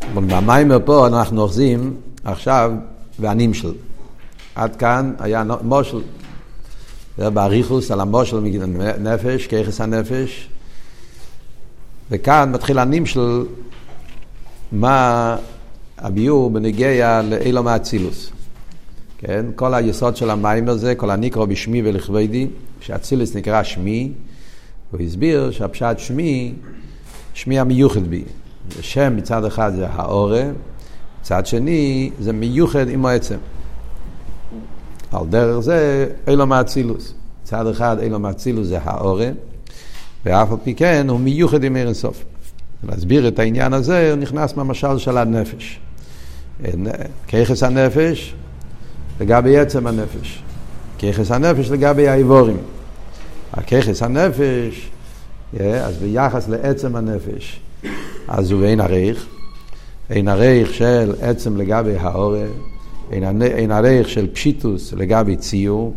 במיימר פה אנחנו אוחזים עכשיו והנמשל. עד כאן היה מושל. זה באריכוס על המושל נפש, כיחס הנפש. וכאן מתחיל הנמשל מה הביור בנגיע לאילום האצילוס. כן? כל היסוד של המיימר זה, כל הנקרא בשמי ולכבודי, שהאצילוס נקרא שמי, הוא הסביר שהפשט שמי, שמי המיוחד בי. שם מצד אחד זה האורה, מצד שני זה מיוחד עם העצם. על דרך זה אילום האצילוס. מצד אחד אילום האצילוס זה האורה, ואף על פי כן הוא מיוחד עם עיר אינסוף. להסביר את העניין הזה, הוא נכנס מהמשל של הנפש. כיחס הנפש לגבי עצם הנפש. כיחס הנפש לגבי האיבורים. הכיחס הנפש, אז ביחס לעצם הנפש, אז הוא אין הרייך של עצם לגבי האורה, אין הרייך של פשיטוס לגבי ציור,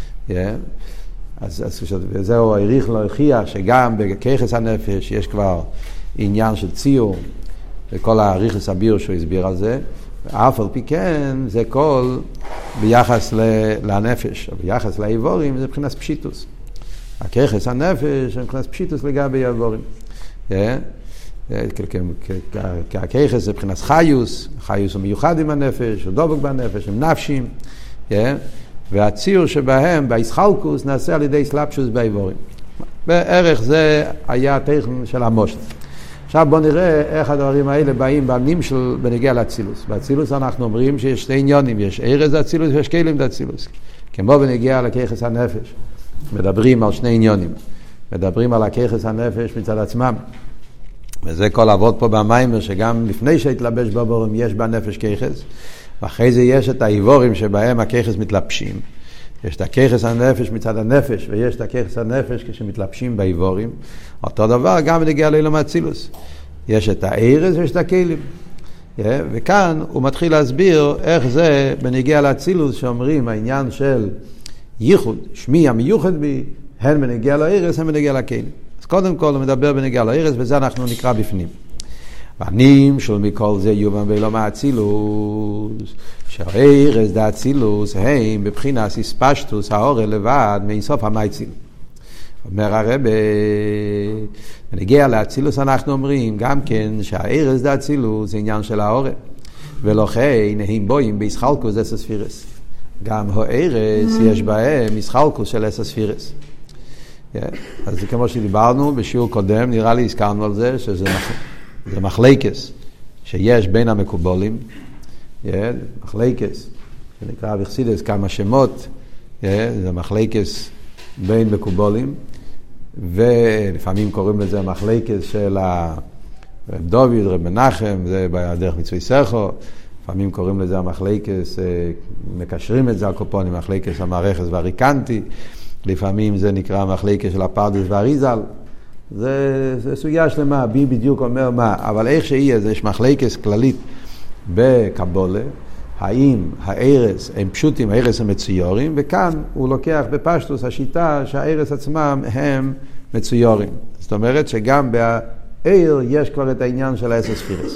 אז וזהו העריך להוכיח שגם בכיחס הנפש יש כבר עניין של ציור, וכל העריך הסביר שהוא הסביר על זה, ואף על פי כן זה כל ביחס לנפש, ביחס לאיבורים זה מבחינת פשיטוס. הכיחס הנפש זה מבחינת פשיטוס לגבי האיבורים. הכיחס זה מבחינת חיוס, חיוס הוא מיוחד עם הנפש, הוא דבק בנפש, הם נפשים, והציור שבהם, בהיסחלקוס, נעשה על ידי סלאפשוס באיבורים. בערך זה היה הטכן של המושל. עכשיו בואו נראה איך הדברים האלה באים בנמשל בנגיע לאצילוס. באצילוס אנחנו אומרים שיש שני עניונים, יש ארז האצילוס ויש כלים לאצילוס. כמו בנגיע לכיחס הנפש. מדברים על שני עניונים. מדברים על הכיחס הנפש מצד עצמם. וזה כל עבוד פה במיימר, שגם לפני שהתלבש בבורים יש בנפש כיחס, ואחרי זה יש את האיבורים שבהם הכיחס מתלבשים. יש את הכיחס הנפש מצד הנפש, ויש את הכיחס הנפש כשמתלבשים באיבורים. אותו דבר גם בנגיע לאילום האצילוס. יש את הארז ויש את הכלים. וכאן הוא מתחיל להסביר איך זה בנגיע לאצילוס, שאומרים העניין של ייחוד, שמי המיוחד בי, הן בנגיע לארז, הן בנגיע לכלים. אז קודם כל הוא מדבר בנגיע לארז, וזה אנחנו נקרא בפנים. והנמשל מכל זה יובן באילום האצילוס, שהארז דאצילוס הם בבחינת הספשטוס האורה לבד מאינסוף המייציל. אומר הרב, בנגיע לאצילוס אנחנו אומרים גם כן שהארז דאצילוס זה עניין של האורה, ולכן הם בואים בישחלקוס עשר ספירס. גם הארז יש בהם ישחלקוס של עשר ספירס. אז זה כמו שדיברנו בשיעור קודם, נראה לי הזכרנו על זה, שזה מחלקס שיש בין המקובולים, מחלקס, שנקרא בחסידות כמה שמות, זה מחלקס בין מקובולים, ולפעמים קוראים לזה מחלקס של רב דוד, רב מנחם, זה בדרך מצווי סכו, לפעמים קוראים לזה המחלקס, מקשרים את זה על קופונים, מחלקס המערכס והריקנטי, לפעמים זה נקרא מחלקס של הפרדס והריזל, זה סוגיה שלמה, בי בדיוק אומר מה, אבל איך שיהיה, זה יש מחלקס כללית בקבולה, האם הארץ הם פשוטים, הארץ הם מצויורים, וכאן הוא לוקח בפשטוס השיטה שהארץ עצמם הם מצויורים. זאת אומרת שגם בעיר יש כבר את העניין של העשר ספירס.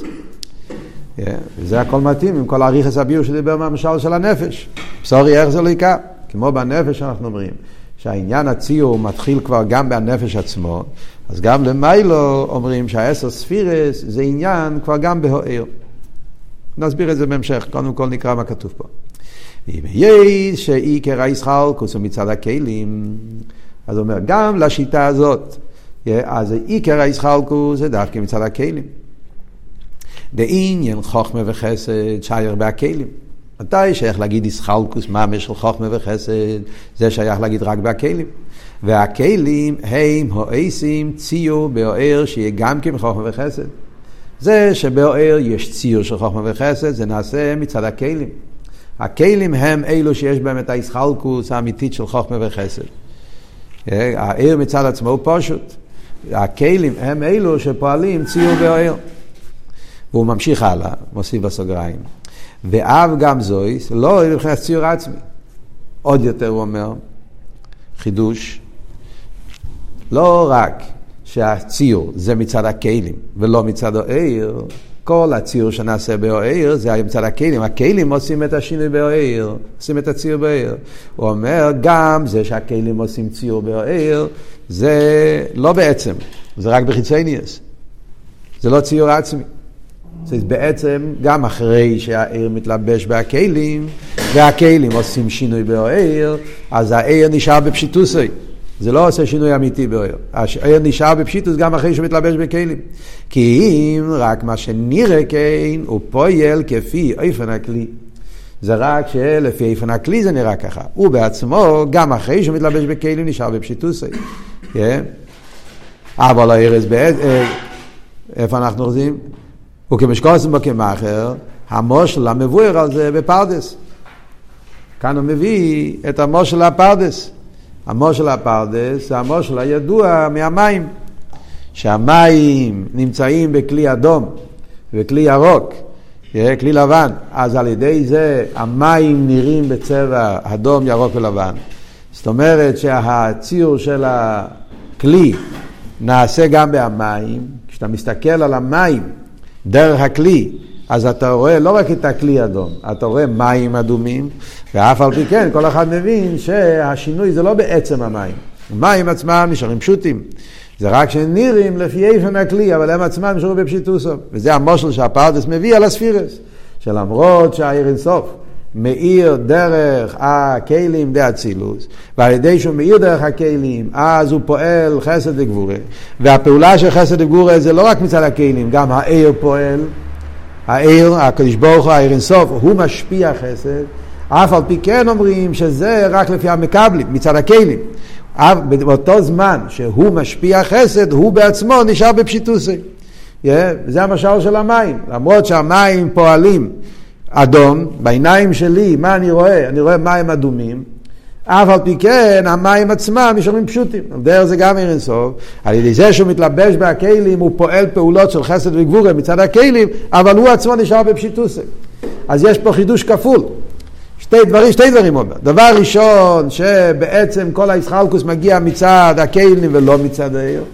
וזה הכל מתאים עם כל העריכס הביור שדיבר מהמשל של הנפש. בסורי איך זה לא יקע? כמו בנפש אנחנו אומרים, שהעניין הציור מתחיל כבר גם בנפש עצמו, אז גם למיילו אומרים שהעשר ספירס זה עניין כבר גם בהעיר. נסביר את זה בהמשך, קודם כל נקרא מה כתוב פה. ואם יש שעיקר הישחלקוס הוא מצד הכלים, אז הוא אומר, גם לשיטה הזאת, אז עיקר הישחלקוס זה דווקא מצד הכלים. דעניין חוכמה וחסד שייך בהכלים. מתי שייך להגיד ישחלקוס ממש של חוכמה וחסד? זה שייך להגיד רק בהכלים. והכלים הם הועשים ציור בהעיר שיהיה גם כן חוכמה וחסד. זה שבהעיר יש ציור של חוכמה וחסד, זה נעשה מצד הכלים. הכלים הם אלו שיש בהם את הישחלקוס האמיתית של חוכמה וחסד. העיר מצד עצמו הוא פשוט. הכלים הם אלו שפועלים ציור בהעיר. והוא ממשיך הלאה, מוסיף בסוגריים. ואף גם זויס, לא מבחינת ציור עצמי. עוד יותר הוא אומר, חידוש, לא רק שהציור זה מצד הכלים ולא מצד העיר, כל הציור שנעשה באוהר זה מצד הכלים. הכלים עושים את השינוי באוהר, עושים את הציור באוהר. הוא אומר גם זה שהכלים עושים ציור באוהר זה לא בעצם, זה רק בחיצוניוס, זה לא ציור עצמי. זה בעצם גם אחרי שהאור מתלבש בהכלים והכלים עושים שינוי באוהר, אז האור נשאר בפשיטוסי, זה לא עושה שינוי אמיתי באוהר. האור נשאר בפשיטוס גם אחרי שהוא מתלבש בכלים, כי אם רק מה שנראה כן הוא פועל כפי אופן הכלי, זה רק שלפי אופן הכלי זה נראה ככה, הוא בעצמו גם אחרי שהוא מתלבש בכלים נשאר בפשיטוסי. אבל הארץ איפה אנחנו רוצים? וכמשקוסם בו כמאחר, המושל המבואר על זה בפרדס. כאן הוא מביא את המושל הפרדס. המושל הפרדס זה המושל הידוע מהמים. שהמים נמצאים בכלי אדום וכלי ירוק, כלי לבן. אז על ידי זה המים נראים בצבע אדום, ירוק ולבן. זאת אומרת שהציור של הכלי נעשה גם במים. כשאתה מסתכל על המים דרך הכלי, אז אתה רואה לא רק את הכלי אדום, אתה רואה מים אדומים, ואף על פי כן כל אחד מבין שהשינוי זה לא בעצם המים. המים עצמם נשארים פשוטים, זה רק שנראים לפי איפן הכלי, אבל הם עצמם נשארו בפשיטוסו. וזה המושל שהפרדס מביא על הספירס, שלמרות שהאור אין סוף מאיר דרך הכלים באצילוס, ועל ידי שהוא מאיר דרך הכלים אז הוא פועל חסד וגבורה, והפעולה של חסד וגבורה זה לא רק מצד הכלים, גם האור פועל. האור, הקדוש ברוך הוא, האור אין סוף, הוא משפיע חסד, אף על פי כן אומרים שזה רק לפי המקבלים מצד הכלים. באותו זמן שהוא משפיע חסד הוא בעצמו נשאר בפשיטוסי. זה המשל של המים, למרות שהמים פועלים אדום, בעיניים שלי, מה אני רואה? אני רואה מים אדומים, אף על פי כן, המים עצמם נשארים פשוטים. דרך זה גם אין סוף, על ידי זה שהוא מתלבש בהכלים, הוא פועל פעולות של חסד וגבורה מצד הכלים, אבל הוא עצמו נשאר בפשיטוסי. אז יש פה חידוש כפול. שתי דברים אומר. דבר ראשון, שבעצם כל הישחלקוס מגיע מצד הכלים ולא מצד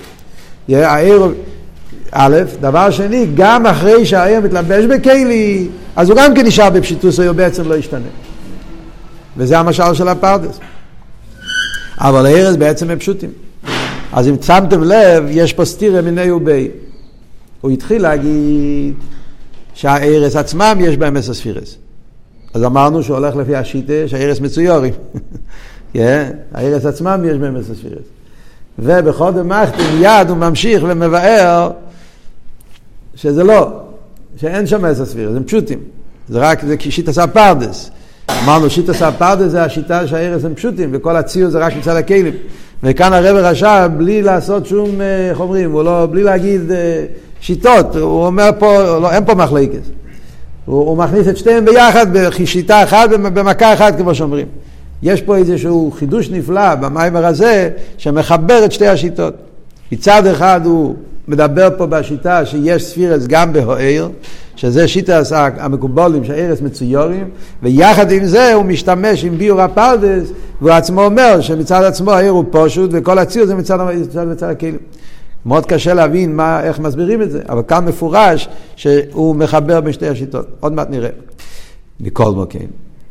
האור. א', דבר שני, גם אחרי שהאור מתלבש בכלי, אז הוא גם כן נשאר בפשיטוס, הוא בעצם לא ישתנה. וזה המשל של הפרדס. אבל הארץ בעצם הם פשוטים. אז אם שמתם לב, יש פה סתירה מיני ובי. הוא התחיל להגיד שהארץ עצמם יש בהם 10 ספירס. אז אמרנו שהוא הולך לפי השיטה שהארץ מצויורים. הארץ עצמם יש בהם 10 ספירס. ובחוד המחתם מיד הוא ממשיך ומבאר שזה לא, שאין שם 10 ספירס, הם פשוטים. זה רק, זה שיטה ספרדס. אמרנו שיטה ספרדס זה השיטה שהארץ הם פשוטים, וכל הציור זה רק מצד הכלים. וכאן הרב רש"ב בלי לעשות שום, איך אומרים, הוא לא, בלי להגיד שיטות, הוא אומר פה, לא, אין פה מחלקת. הוא מכניס את שתיהם ביחד בשיטה אחת, במכה אחת כמו שאומרים. יש פה איזשהו חידוש נפלא במיימר הזה שמחבר את שתי השיטות. מצד אחד הוא מדבר פה בשיטה שיש ספירס גם בהאור, שזה שיטה המקובלים שהארץ מצויורים, ויחד עם זה הוא משתמש עם ביור הפרדס, והוא עצמו אומר שמצד עצמו האור הוא פשוט וכל הציור זה מצד הכלים. מאוד קשה להבין איך מסבירים את זה, אבל כאן מפורש שהוא מחבר בין שתי השיטות. עוד מעט נראה. מכל מוקרים.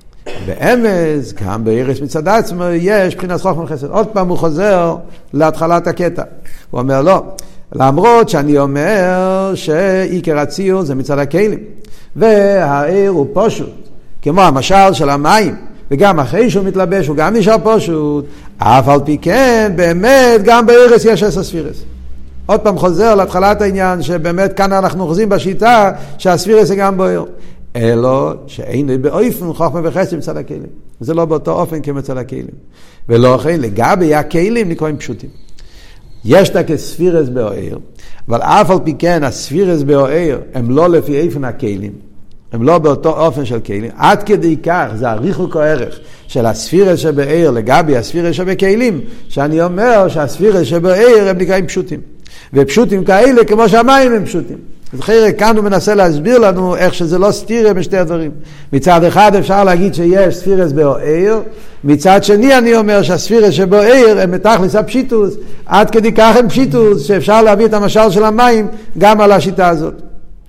באמס, גם בארץ מצד עצמו, יש בחינת חוכמה וחסד. עוד פעם הוא חוזר להתחלת הקטע. הוא אומר לא, למרות שאני אומר שעיקר הציור זה מצד הכלים. והאור הוא פשוט, כמו המשל של המים. וגם אחרי שהוא מתלבש הוא גם נשאר פשוט. אף על פי כן, באמת, גם בארץ יש 10 ספירס. עוד פעם חוזר להתחלת העניין שבאמת כאן אנחנו חוזרים בשיטה שהספירס זה גם באור. אלו שאין באופן חוכמה וחסד מצד הכלים. זה לא באותו אופן כמצד הכלים. ולא אחרי, לגבי הכלים נקראים פשוטים. יש לה כספירס באור, אבל אף על פי כן הספירס באור הם לא לפי איפן הכלים. הם לא באותו אופן של כלים. עד כדי כך זה הריחוק הערך של הספירס שבאור לגבי הספירס שבכלים, שאני אומר שהספירס שבאור הם נקראים פשוטים. ופשוטים כאלה כמו שהמים הם פשוטים. אז אחרי כאן הוא מנסה להסביר לנו איך שזה לא סתירה משתי הדברים. מצד אחד אפשר להגיד שיש ספירס באור, מצד שני אני אומר שהספירס שבאור הם מתכלס הפשיטוס, עד כדי כך הם פשיטוס שאפשר להביא את המשל של המים גם על השיטה הזאת.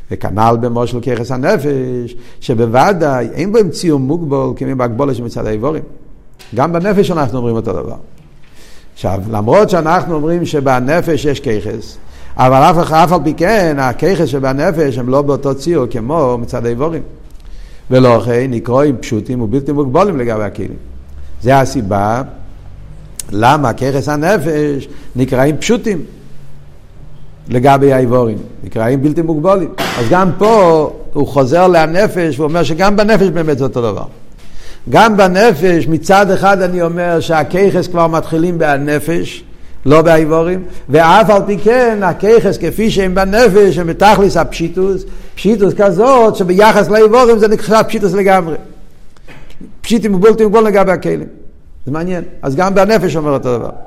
וכנ"ל במושל כיחס הנפש, שבוודאי אין בו ציור מוגבל כמו בהגבולה שמצד האיבורים. גם בנפש אנחנו אומרים אותו דבר. עכשיו, למרות שאנחנו אומרים שבנפש יש כיחס, אבל אף על פי כן, הכיחס שבנפש הם לא באותו ציור כמו מצד האיבורים. ולא אחרי נקראים פשוטים ובלתי מוגבלים לגבי הכלים. זה הסיבה למה כיחס הנפש נקראים פשוטים לגבי האיבורים, נקראים בלתי מוגבלים. אז גם פה הוא חוזר לנפש ואומר שגם בנפש באמת זה אותו דבר. גם בנפש מצד אחד אני אומר שהכיחס כבר מתחילים בנפש, לא באיבורים, ואף על פי כן הכיחס כפי שהם בנפש הם בתכלס הפשיטוס, פשיטוס כזאת שביחס לאיבורים זה נחשב פשיטוס לגמרי. פשיטים ובלתי מוגבלים לגבי הכלים. זה מעניין. אז גם בנפש אומר אותו דבר.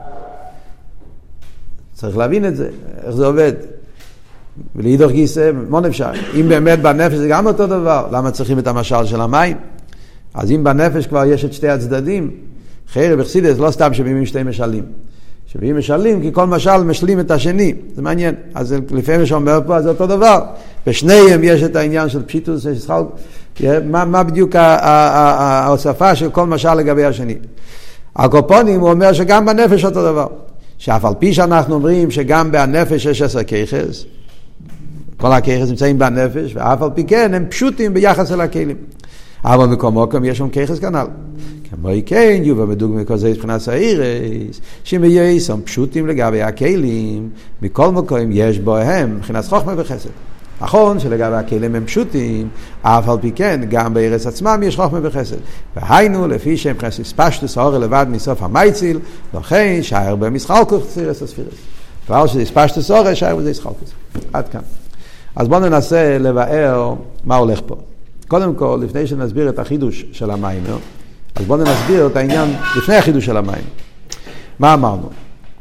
צריך להבין את זה, איך זה עובד. ולהידור גיסא, מה נפשר? אם באמת בנפש זה גם אותו דבר, למה צריכים את המשל של המים? אז אם בנפש כבר יש את שתי הצדדים, חייר בחסידות לא סתם שבימים שתי משלים. שבימים משלים, כי כל משל משלים את השני. זה מעניין. אז לפעמים שאומר פה, אז זה אותו דבר. בשניהם יש את העניין של פשיטוס, מה בדיוק ההוספה של כל משל לגבי השני. הקופונים הוא אומר שגם בנפש אותו דבר. שאף על פי שאנחנו אומרים שגם בנפש יש 10 כיחס, כל הכיחס נמצאים בנפש, ואף על פי כן הם פשוטים ביחס אל הכלים. אבל מקומוקם יש שם כיחס כנ"ל. כמו כן, יובה בדוגמא כזה מבחינת האירס, שמייסם פשוטים לגבי הכלים, מכל מקום יש בהם מבחינת חוכמה וחסד. נכון שלגבי הכלים הם פשוטים, אף על פי כן, גם בארץ עצמם יש חוכמה וחסד. והיינו, לפי שהם מבחינת ספשטוס האור לבד מסוף המייציל, לכן שער במסחלקוס צירס הספירס. כבר שזה ספשטוס האור, שער בזה סחלקוס. עד כאן. אז בואו ננסה לבאר מה הולך פה. קודם כל, לפני שנסביר את החידוש של המים, אז בואו נסביר את העניין לפני החידוש של המים. מה אמרנו?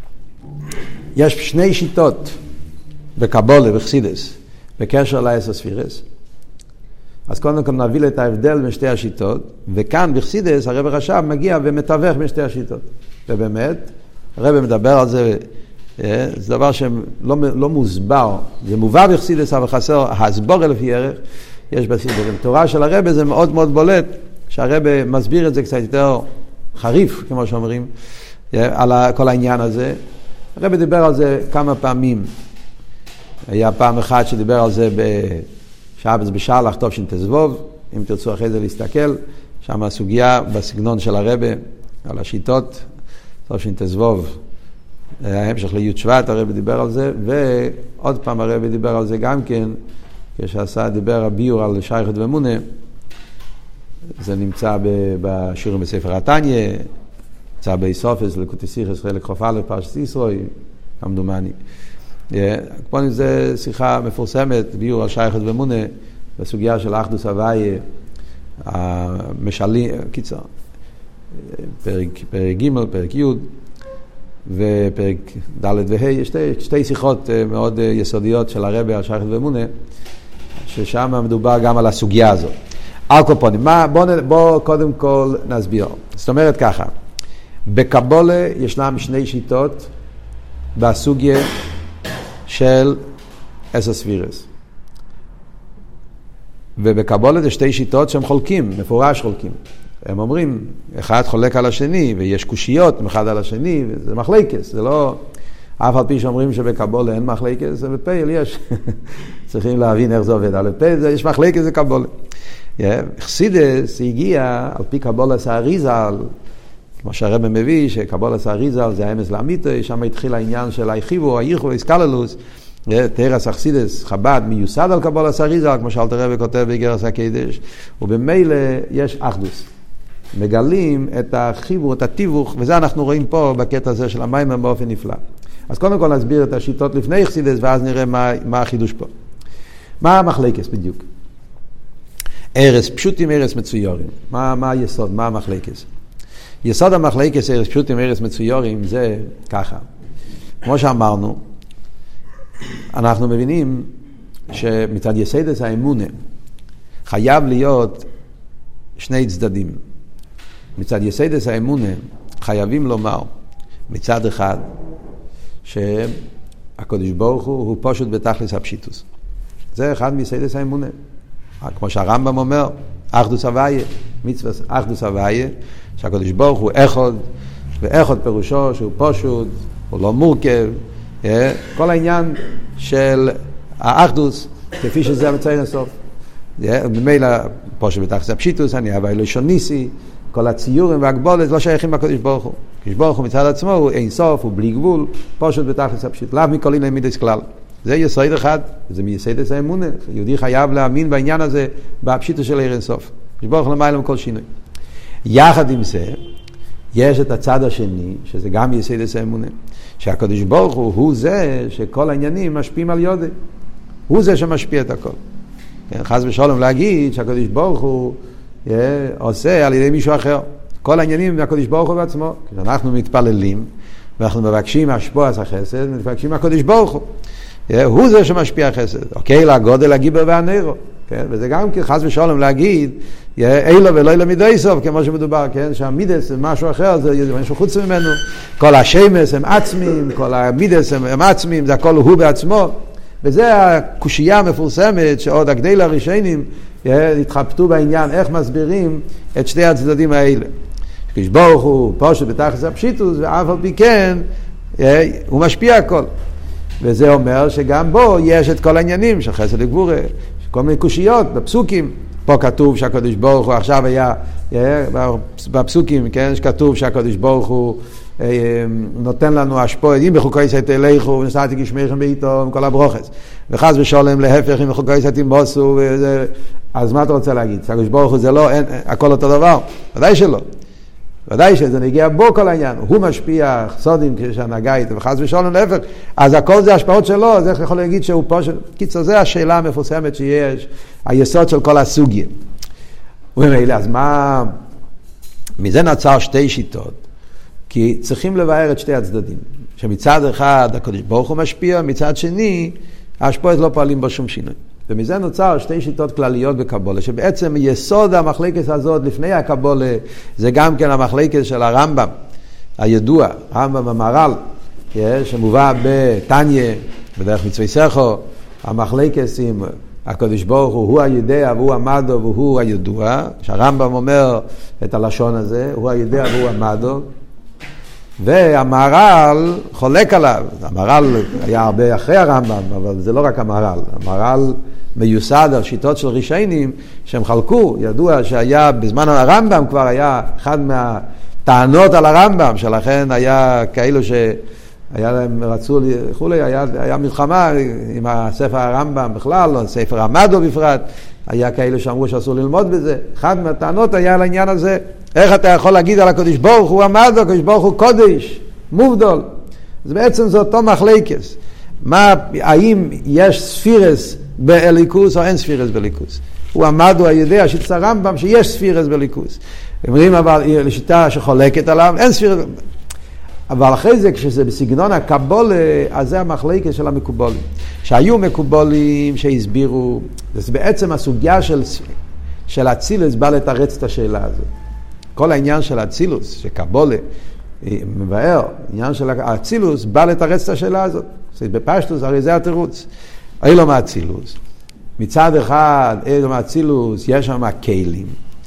יש 2 שיטות בקבולה וחסידס בקשר לעשר ספירס. אז קודם כל נביא את ההבדל בין שתי השיטות, וכאן בחסידס הרב רש"ב מגיע ומתווך בין שתי השיטות. ובאמת, הרב מדבר על זה, זה דבר שלא מוסבר, זה מובא בחסידס אבל חסר הסבור לפי ערך. יש בתורה של הרב זה מאוד מאוד בולט, שהרב מסביר את זה קצת יותר חריף, כמו שאומרים, על כל העניין הזה. הרב דיבר על זה כמה פעמים. היה פעם אחת שדיבר על זה בשבת בשלח טוב שתזבוב, אם תרצו אחרי זה להסתכל, שם הסוגיה בסגנון של הרב, על השיטות, טוב שתזבוב, ההמשך לי' שבט, הרב דיבר על זה, ועוד פעם הרב דיבר על זה גם כן, כשעשה דיבר הביור על שייכות ומונה, זה נמצא בשיעורים בספר התניא, נמצא באיסופס, לקוטי סיכס, חלק חוף א', פרשת ישרוי, כמדומני. פה זה שיחה מפורסמת, ביור על שייכות ומונה, בסוגיה של אחדוס הוויה, המשלים, קיצר, פרק ג', פרק י', ופרק ד' וה', יש שתי שיחות מאוד יסודיות של הרבי על שייכות ומונה, ששם מדובר גם על הסוגיה הזאת. אלקופונים, בוא קודם כל נסביר. זאת אומרת ככה, בקבולה ישנם 2 שיטות בסוגיה של 10 ספירס. ובקבולה זה 2 שיטות שהם חולקים, מפורש חולקים. הם אומרים, אחד חולק על השני, ויש קושיות אחד על השני, וזה מחלקס, זה לא... אף על פי שאומרים שבקבולה אין מחלקס, בפייל יש. צריכים להבין איך זה עובד. על הפייל יש מחלקס, זה קבולה. חסידס הגיע על פי קבולה סאריזל, כמו שהרב מביא, שקבולה סאריזל זה האמס לאמיתו, שם התחיל העניין של היחיבו, היחו, איסקללוס, תרס החסידס, חב"ד, מיוסד על קבולה סאריזל, כמו שאלתר רבי כותב באיגרס הקדש, ובמילא יש אחדוס. מגלים את החיבור, את התיווך, וזה אנחנו רואים פה בקטע הזה של המים באופן נפלא. אז קודם כל נסביר את השיטות לפני חסידס, ואז נראה מה החידוש פה. מה המחלקס בדיוק? ארס פשוטים, ארס מצויורים. מה היסוד? מה המחלקס? יסוד המחלקס, ארס פשוטים, ארס מצויורים, זה ככה. כמו שאמרנו, אנחנו מבינים שמצד יסודות האמונה חייב להיות 2 צדדים. מצד יסודות האמונה חייבים לומר מצד אחד שהקדוש ברוך הוא פשוט בתכלס הפשיטוס. זה אחד מיסודות האמונה. כמו שהרמב"ם אומר, אחדוס הוויה, מצווה אחדוס הוויה, שהקדוש ברוך הוא אחד, ואחד פירושו שהוא פשוט, הוא לא מורכב, כל העניין של האחדוס, כפי שזה מציין הסוף. ממילא פשוט בתחת הפשיטוס, אני הווה אלוהישון ניסי, כל הציורים והגבולת לא שייכים לקדוש ברוך הוא. הקדוש ברוך הוא מצד עצמו הוא אין סוף, הוא בלי גבול, פשוט בתחת הפשיטוס, לאו מכל עניין מידס כלל. זה יסוד אחד, זה מיסודות האמונה. יהודי חייב להאמין בעניין הזה, בפשיטוס של אין סוף. הקדוש ברוך הוא למעלה מכל שינוי. יחד עם זה, יש את הצד השני, שזה גם יסודות האמונה, שהקדוש ברוך הוא זה שכל העניינים משפיעים על יודי. הוא זה שמשפיע את הכל. חס ושלום להגיד שהקדוש ברוך הוא עושה על ידי מישהו אחר. כל העניינים מהקדוש ברוך הוא בעצמו. כשאנחנו מתפללים, ואנחנו מבקשים השפועת החסד, מבקשים מהקדוש ברוך הוא. הוא זה שמשפיע החסד. אוקיי, לגודל הגיבר והנרו. וזה גם חס ושלום להגיד, אילו ולא אלא מידי סוף, כמו שמדובר, שהמידס זה משהו אחר, זה משהו חוץ ממנו. כל השמש הם עצמים, כל המידס הם עצמים, זה הכל הוא בעצמו. וזה הקושייה המפורסמת שעוד הגדל הראשונים התחבטו בעניין איך מסבירים את שתי הצדדים האלה. הקדוש ברוך הוא פשוט בתחת הפשיטוס, ואף על פי כן הוא משפיע הכל. וזה אומר שגם בו יש את כל העניינים של חסד וגבורה, כל מיני קושיות בפסוקים. פה כתוב שהקדוש ברוך הוא עכשיו היה בפסוקים, כן, שכתוב שהקדוש ברוך הוא נותן לנו השפועת, אם בחוקי יסד אליכו ונשאתי גשמיכם בעיתו עם כל הברוכס, וחס ושלום להפך אם בחוקי יסד תמבוסו, אז מה אתה רוצה להגיד? שהקדוש ברוך הוא זה לא, הכל אותו דבר? ודאי שלא. ודאי שזה נגיע בו כל העניין, הוא משפיע סודים כשהנהגה איתו, וחס ושלום להפך, אז הכל זה השפעות שלו, אז איך יכול להגיד שהוא פה, קיצור זה השאלה המפורסמת שיש, היסוד של כל הסוגים. ומילא, אז מה, מזה נוצר שתי שיטות, כי צריכים לבאר את שתי הצדדים, שמצד אחד הקדוש ברוך הוא משפיע, מצד שני ההשפעות לא פועלים בו שום שינוי. ומזה נוצר שתי שיטות כלליות בקבולה, שבעצם יסוד המחלקת הזאת לפני הקבולה, זה גם כן המחלקת של הרמב"ם, הידוע, הרמב"ם המהר"ל, שמובא בתניא, בדרך מצווי סכו, המחלקת עם הקדוש ברוך הוא הידע והוא המדו והוא הידוע, שהרמב"ם אומר את הלשון הזה, הוא הידע והוא המדו, והמהר"ל חולק עליו. המהר"ל היה הרבה אחרי הרמב"ם, אבל זה לא רק המהר"ל. המהר"ל מיוסד על שיטות של ראשונים שהם חלקו. ידוע שהיה בזמן הרמב"ם כבר היה אחד מהטענות על הרמב"ם, שלכן היה כאלו שהיה להם רצו וכולי, היה מלחמה עם הספר הרמב"ם בכלל, או ספר המדו בפרט, היה כאלו שאמרו שאסור ללמוד בזה. אחד מהטענות היה על העניין הזה, איך אתה יכול להגיד על הקדוש ברוך הוא המדו, הקדוש ברוך הוא קודש, מובדול. אז בעצם זה אותו מחלקס. האם יש ספירס באליקוס או אין ספירס באליקוס? הוא המדו הידע שיטת הרמב"ם שיש ספירס באליקוס. אומרים אבל לשיטה שחולקת עליו, אין ספירס. אבל אחרי זה כשזה בסגנון הקבולה, אז זה המחלקס של המקובולים. שהיו מקובולים שהסבירו, זה בעצם הסוגיה של אצילוס בא לתרץ את השאלה הזאת. כל העניין של האצילוס, שקבולה מבאר, העניין של האצילוס בא לתרץ את השאלה הזאת. בפשטוס הרי זה התירוץ. אילו מהאצילוס. מצד אחד, אילו מהאצילוס, יש שם כלים.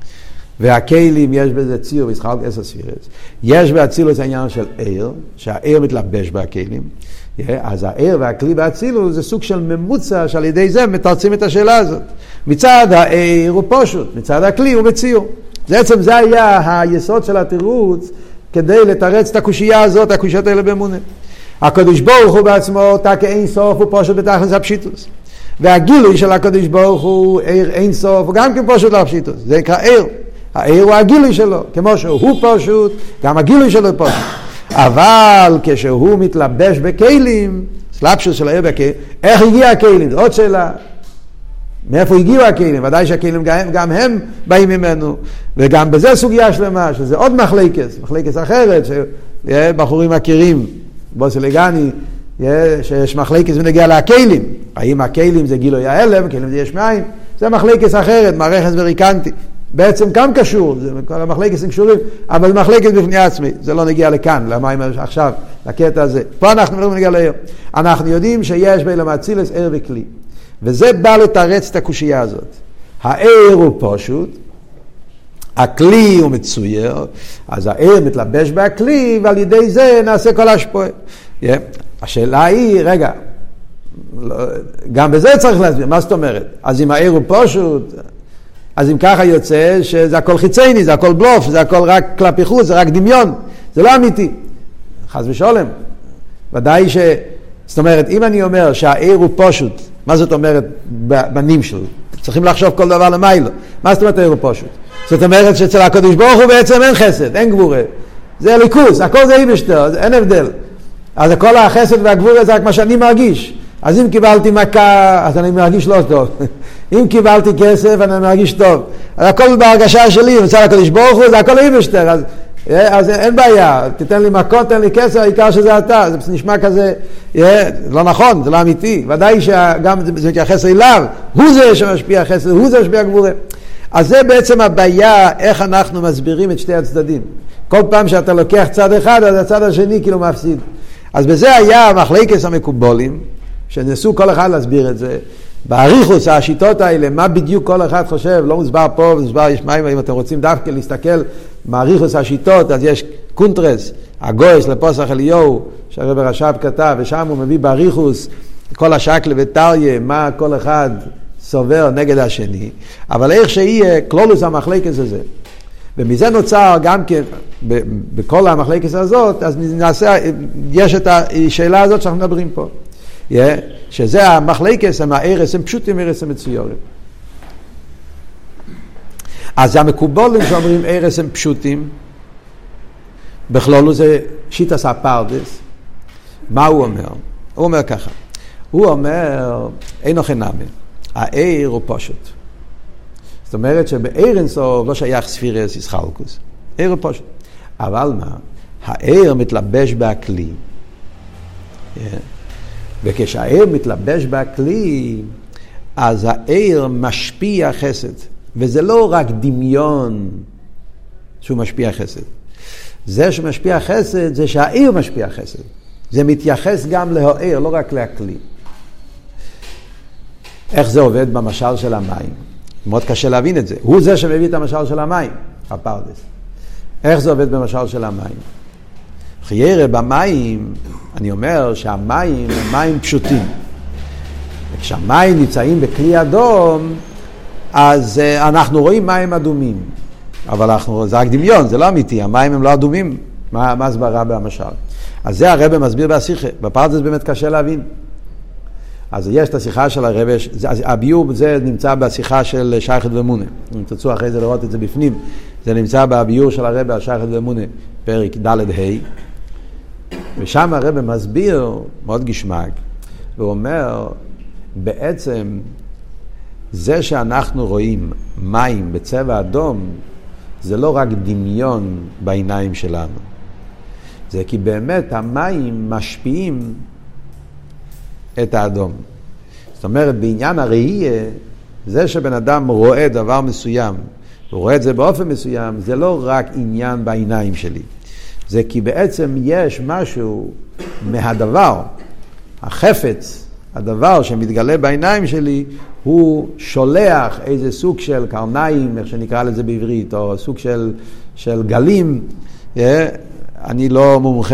והכלים יש בזה ציור וישחק 10 ספירס. יש באצילוס העניין של עיר, שהעיר מתלבש בכלים. אז העיר והכלי באצילוס זה סוג של ממוצע שעל ידי זה מתרצים את השאלה הזאת. מצד העיר הוא פשוט, מצד הכלי הוא מציור. בעצם זה היה היסוד של התירוץ כדי לתרץ את הקושייה הזאת, הקושיות האלה באמונה. הקדוש ברוך הוא בעצמו, תק אין סוף, הוא פשוט בתכלס הפשיטוס. והגילוי של הקדוש ברוך הוא, עיר אין סוף, הוא גם כן פשוט להפשיטוס. זה נקרא עיר. העיר הוא הגילוי שלו, כמו שהוא פשוט, גם הגילוי שלו פשוט. אבל כשהוא מתלבש בכלים, סלאפשוס של העיר בכלים, איך הגיע הכלים? זאת עוד שאלה. מאיפה הגיעו הכלים? ודאי שהכלים גם הם באים ממנו, וגם בזה סוגיה שלמה, שזה עוד מחלקת אחרת, שבחורים מכירים, בוסלגני, שיש מחלקת ונגיע להכלים. האם הכלים זה גילוי ההלם, הכלים זה יש מאין, זה מחלקת אחרת, מערכת וריקנטי. בעצם גם קשור, כל המחלקת הם קשורים, אבל מחלקת בפני עצמי, זה לא נגיע לכאן, למה עכשיו, לקטע הזה. פה אנחנו לא נגיע לעיר. אנחנו יודעים שיש באילם האצילוס עיר וכלי. וזה בא לתרץ את הקושייה הזאת. העיר הוא פשוט, הכלי הוא מצויר, אז העיר מתלבש בכלי, ועל ידי זה נעשה כל השפועה. השאלה היא, רגע, גם בזה צריך להסביר, מה זאת אומרת? אז אם העיר הוא פשוט, אז אם ככה יוצא שזה הכל חיצייני, זה הכל בלוף, זה הכל רק כלפי חוץ, זה רק דמיון, זה לא אמיתי. חס ושלום. ודאי זאת אומרת, אם אני אומר שהעיר הוא פשוט, מה זאת אומרת בנים שלו? צריכים לחשוב כל דבר למיילו. מה זאת אומרת העיר הוא פשוט? זאת אומרת שאצל הקדוש ברוך הוא בעצם אין חסד, אין גבורה. זה ליכוס, הכל זה איבשטר, אין הבדל. אז כל החסד והגבורה זה רק מה שאני מרגיש. אז אם קיבלתי מכה, אז אני מרגיש לא טוב. אם קיבלתי כסף, אני מרגיש טוב. אז הכל בהרגשה שלי, אצל הקדוש ברוך הוא, זה הכל איבשטר. אז אין בעיה, תיתן לי מכות, תן לי כסף, העיקר שזה אתה. זה נשמע כזה, לא נכון, זה לא אמיתי. ודאי שגם זה מתייחס אליו, הוא זה שמשפיע חסד, הוא זה שמשפיע גבורה. אז זה בעצם הבעיה, איך אנחנו מסבירים את שתי הצדדים. כל פעם שאתה לוקח צד אחד, אז הצד השני כאילו מפסיד. אז בזה היה המחלקת המקובלים, שנסו כל אחד להסביר את זה. באריכוס, השיטות האלה, מה בדיוק כל אחד חושב, לא מוסבר פה ומוסבר יש מים, אם אתם רוצים דווקא להסתכל מאריכוס השיטות, אז יש קונטרס, הגויס לפוסח אליהו, שהרב רש"ב כתב, ושם הוא מביא באריכוס כל השקלה וטריה, מה כל אחד סובר נגד השני, אבל איך שיהיה כלולוס המחלקת הזה. ומזה נוצר גם כן, בכל המחלקת הזאת, אז יש את השאלה הזאת שאנחנו מדברים פה. שזה המחלקת, הם הערס, הם פשוטים, ערס הם מצוירים. אז המקובולים שאומרים ערס הם פשוטים, בכלולו זה שיטס הפרדס. מה הוא אומר? הוא אומר ככה, הוא אומר, אין אוכל נאמר, העיר הוא פשוט. זאת אומרת שבעיר אינסוף לא שייך ספירס ישחלקוס. עיר הוא פשוט. אבל מה? העיר מתלבש בכלי. וכשהעיר מתלבש בכלי, אז העיר משפיע חסד. וזה לא רק דמיון שהוא משפיע חסד. זה שמשפיע חסד זה שהעיר משפיע חסד. זה מתייחס גם להעיר, לא רק לכלי. איך זה עובד במשל של המים? מאוד קשה להבין את זה. הוא זה שמביא את המשל של המים, הפרדס. איך זה עובד במשל של המים? חיירה במים, אני אומר שהמים הם מים פשוטים. וכשהמים נמצאים בכלי אדום, אז אנחנו רואים מים אדומים. אבל זה רק דמיון, זה לא אמיתי. המים הם לא אדומים. מה הסברה במשל? אז זה הרב מסביר בשיחה. בפרדס באמת קשה להבין. אז יש את השיחה של הרב, הביור זה נמצא בשיחה של שייכת ומונה. אם תרצו אחרי זה לראות את זה בפנים, זה נמצא בביור של הרב על שייכת ומונה, פרק ד' ה'. ושם הרב מסביר, מאוד גשמק, והוא אומר, בעצם זה שאנחנו רואים מים בצבע אדום, זה לא רק דמיון בעיניים שלנו. זה כי באמת המים משפיעים את האדום. זאת אומרת, בעניין הראייה, זה שבן אדם רואה דבר מסוים, הוא רואה את זה באופן מסוים, זה לא רק עניין בעיניים שלי. זה כי בעצם יש משהו מהדבר, החפץ, הדבר שמתגלה בעיניים שלי, הוא שולח איזה סוג של קרניים, איך שנקרא לזה בעברית, או סוג של גלים. אני לא מומחה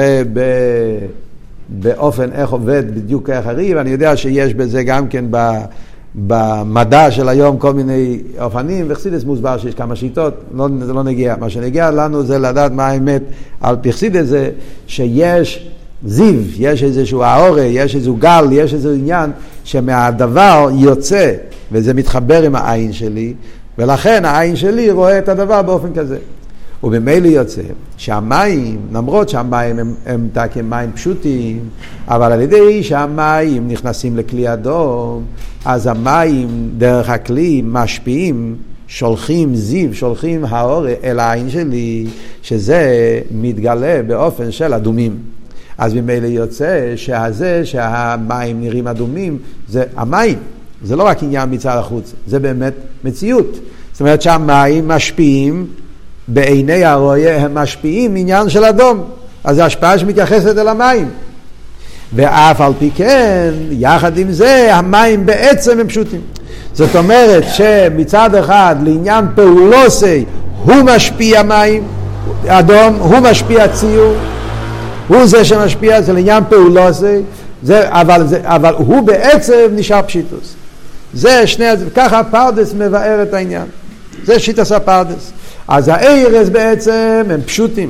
באופן איך עובד בדיוק איך הריב, אני יודע שיש בזה גם כן במדע של היום כל מיני אופנים, וחסידס מוסבר שיש כמה שיטות, זה לא נגיע. מה שנגיע לנו זה לדעת מה האמת על פי חסידס, זה שיש זיו, יש איזשהו האורה, יש איזשהו גל, יש איזשהו עניין שמהדבר יוצא, וזה מתחבר עם העין שלי, ולכן העין שלי רואה את הדבר באופן כזה. ובמילא יוצא שהמים, למרות שהמים הם תקים מים פשוטים, אבל על ידי שהמים נכנסים לכלי אדום, אז המים דרך הכלי משפיעים, שולחים זיו, שולחים האור אל העין שלי, שזה מתגלה באופן של אדומים. אז במילא יוצא שהמים נראים אדומים, זה המים, זה לא רק עניין מצד החוץ, זה באמת מציאות. זאת אומרת שהמים משפיעים, בעיני הרואה הם משפיעים עניין של אדום, אז זה השפעה שמתייחסת אל המים. ואף על פי כן, יחד עם זה, המים בעצם הם פשוטים. זאת אומרת שמצד אחד לעניין פעולוסי הוא משפיע מים, אדום, הוא משפיע ציור, הוא זה שמשפיע, זה לעניין פעולוסי, אבל הוא בעצם נשאר פשיטוס. זה שני, ככה פרדס מבאר את העניין. זה שיטס הפרדס. אז הארז בעצם הם פשוטים.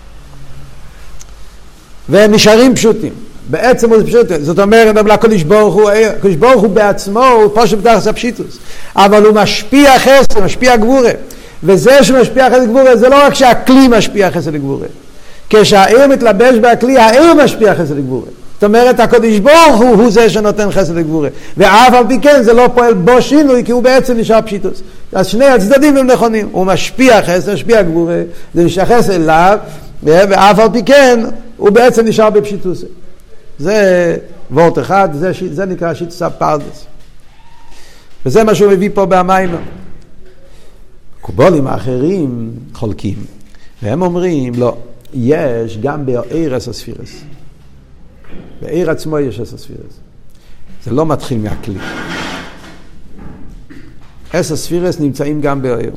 והם נשארים פשוטים. בעצם הוא פשוט, זאת אומרת, אבל הקדוש ברוך הוא בעצמו, הוא פשוט בתחת הפשיטוס. אבל הוא משפיע חסד, משפיע גבורה. וזה שמשפיע חסד גבורה, זה לא רק שהכלי משפיע חסד גבורה. כשהעיר מתלבש בהכלי, העיר משפיע חסד גבורה. זאת אומרת, הקדוש ברוך הוא זה שנותן חסד גבורה. ואף על פי כן זה לא פועל בו שינוי, כי הוא בעצם נשאר פשיטוס. אז שני הצדדים הם נכונים. הוא משפיע חסד, משפיע גבורה, זה משתייך אליו, ואף על פי כן הוא בעצם נשאר בפשיטוס. זה וורט אחד, זה נקרא שיטס הפרדס. וזה מה שהוא מביא פה במיימר. קובולים האחרים חולקים, והם אומרים, לא, יש גם בעיר הספירס. בעיר עצמו יש הספירס. זה לא מתחיל מהכלי. הספירס נמצאים גם בעיר.